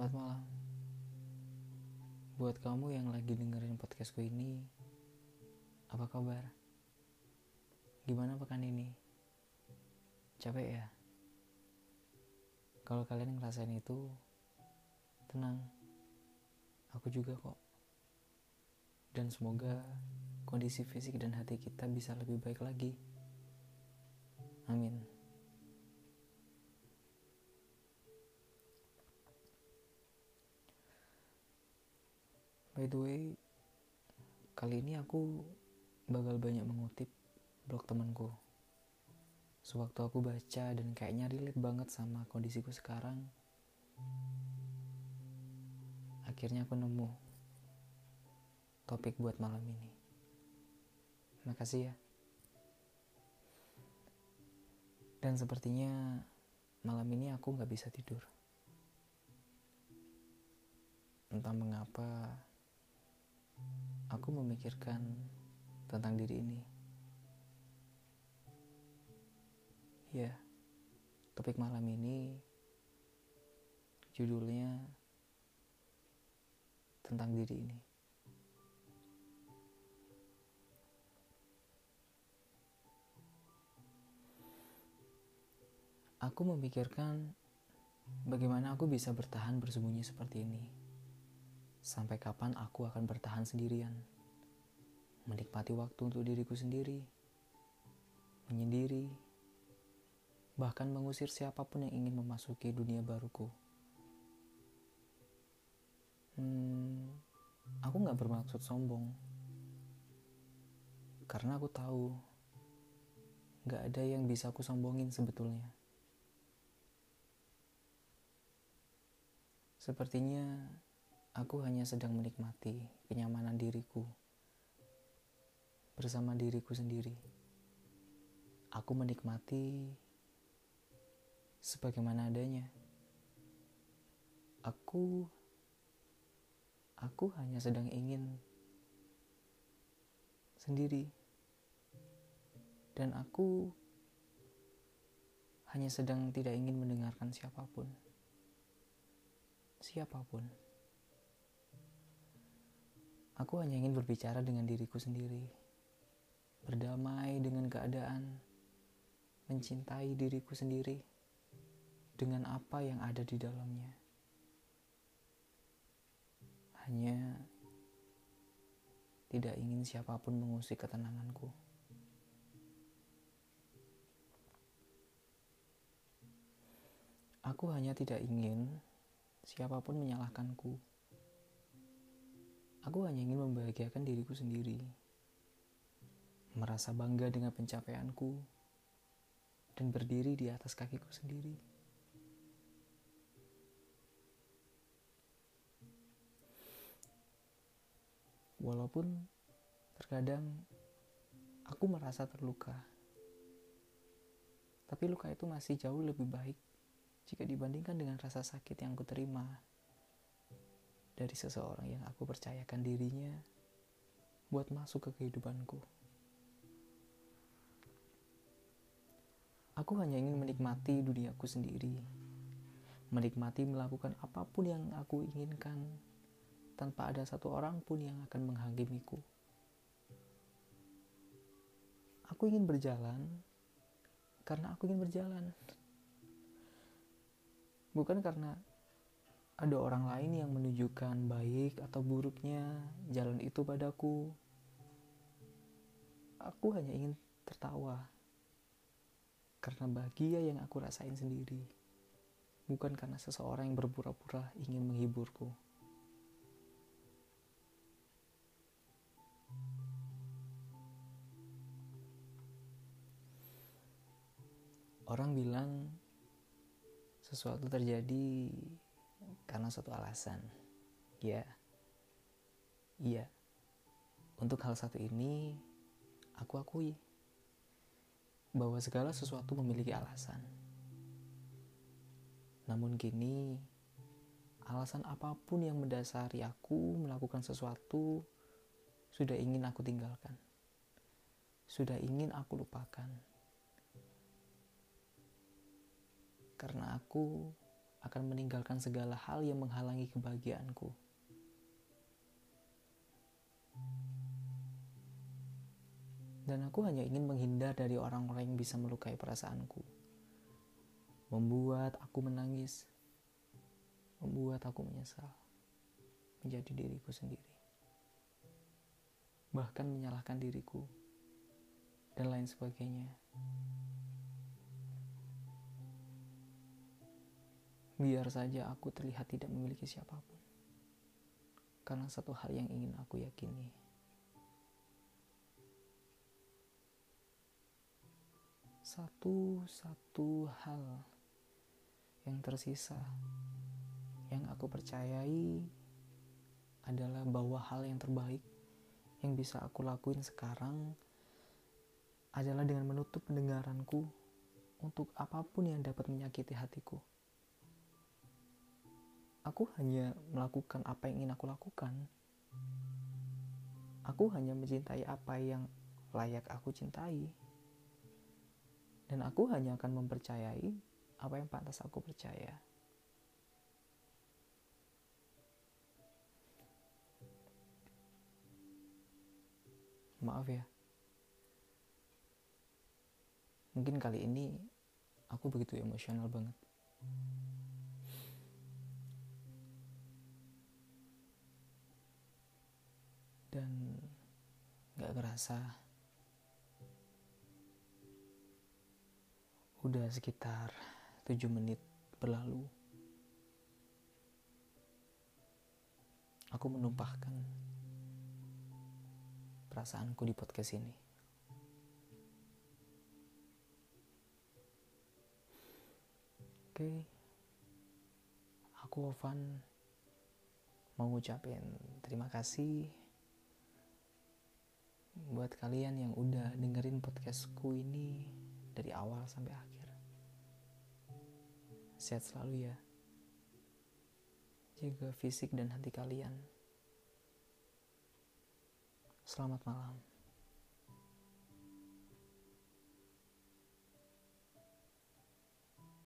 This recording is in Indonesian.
Selamat malam. Buat kamu yang lagi dengerin podcastku ini, apa kabar? Gimana pekan ini? Capek ya? Kalau kalian ngerasain itu, tenang. Aku juga kok. Dan semoga kondisi fisik dan hati kita bisa lebih baik lagi. Amin. By the way, kali ini aku bakal banyak mengutip blog temanku. Sewaktu aku baca dan kayaknya relate banget sama kondisiku sekarang, akhirnya aku nemu topik buat malam ini. Makasih ya. Dan sepertinya malam ini aku gak bisa tidur. Entah mengapa aku memikirkan tentang diri ini. Ya, topik malam ini judulnya tentang diri ini. Aku memikirkan bagaimana aku bisa bertahan bersembunyi seperti ini. Sampai kapan aku akan bertahan sendirian? Menikmati waktu untuk diriku sendiri, menyendiri, bahkan mengusir siapapun yang ingin memasuki dunia baruku. Aku gak bermaksud sombong, karena aku tahu gak ada yang bisa aku sombongin sebetulnya. Sepertinya aku hanya sedang menikmati kenyamanan diriku bersama diriku sendiri. Aku menikmati sebagaimana adanya. Aku hanya sedang ingin sendiri. Dan aku hanya sedang tidak ingin mendengarkan siapapun. Aku hanya ingin berbicara dengan diriku sendiri, berdamai dengan keadaan, mencintai diriku sendiri dengan apa yang ada di dalamnya. Hanya tidak ingin siapapun mengusik ketenanganku. Aku hanya tidak ingin siapapun menyalahkanku. Aku hanya ingin membahagiakan diriku sendiri, merasa bangga dengan pencapaianku, dan berdiri di atas kakiku sendiri. Walaupun terkadang aku merasa terluka, tapi luka itu masih jauh lebih baik jika dibandingkan dengan rasa sakit yang aku terima dari seseorang yang aku percayakan dirinya buat masuk ke kehidupanku. Aku hanya ingin menikmati duniaku sendiri, menikmati melakukan apapun yang aku inginkan tanpa ada satu orang pun yang akan menghakimiku. Aku ingin berjalan karena aku ingin berjalan. Bukan karena ada orang lain yang menunjukkan baik atau buruknya jalan itu padaku. Aku hanya ingin tertawa karena bahagia yang aku rasain sendiri, bukan karena seseorang yang berpura-pura ingin menghiburku. Orang bilang sesuatu terjadi karena suatu alasan. Ya, iya. Untuk hal satu ini, aku akui bahwa segala sesuatu memiliki alasan. Namun kini, alasan apapun yang mendasari aku melakukan sesuatu sudah ingin aku tinggalkan. Sudah ingin aku lupakan. Karena aku akan meninggalkan segala hal yang menghalangi kebahagiaanku. Dan aku hanya ingin menghindar dari orang-orang yang bisa melukai perasaanku, membuat aku menangis, membuat aku menyesal, menjadi diriku sendiri, bahkan menyalahkan diriku, dan lain sebagainya. Biar saja aku terlihat tidak memiliki siapapun, karena satu hal yang ingin aku yakini. Satu hal yang tersisa, yang aku percayai adalah bahwa hal yang terbaik yang bisa aku lakuin sekarang adalah dengan menutup pendengaranku untuk apapun yang dapat menyakiti hatiku. Aku hanya melakukan apa yang ingin aku lakukan. Aku hanya mencintai apa yang layak aku cintai. Dan aku hanya akan mempercayai apa yang pantas aku percaya. Maaf ya. Mungkin kali ini aku begitu emosional banget. Dan gak kerasa udah sekitar 7 menit berlalu. Aku menumpahkan perasaanku di podcast ini. Oke, aku Ovan mau ngucapin terima kasih buat kalian yang udah dengerin podcastku ini dari awal sampai akhir. Sehat selalu ya. Jaga fisik dan hati kalian. Selamat malam.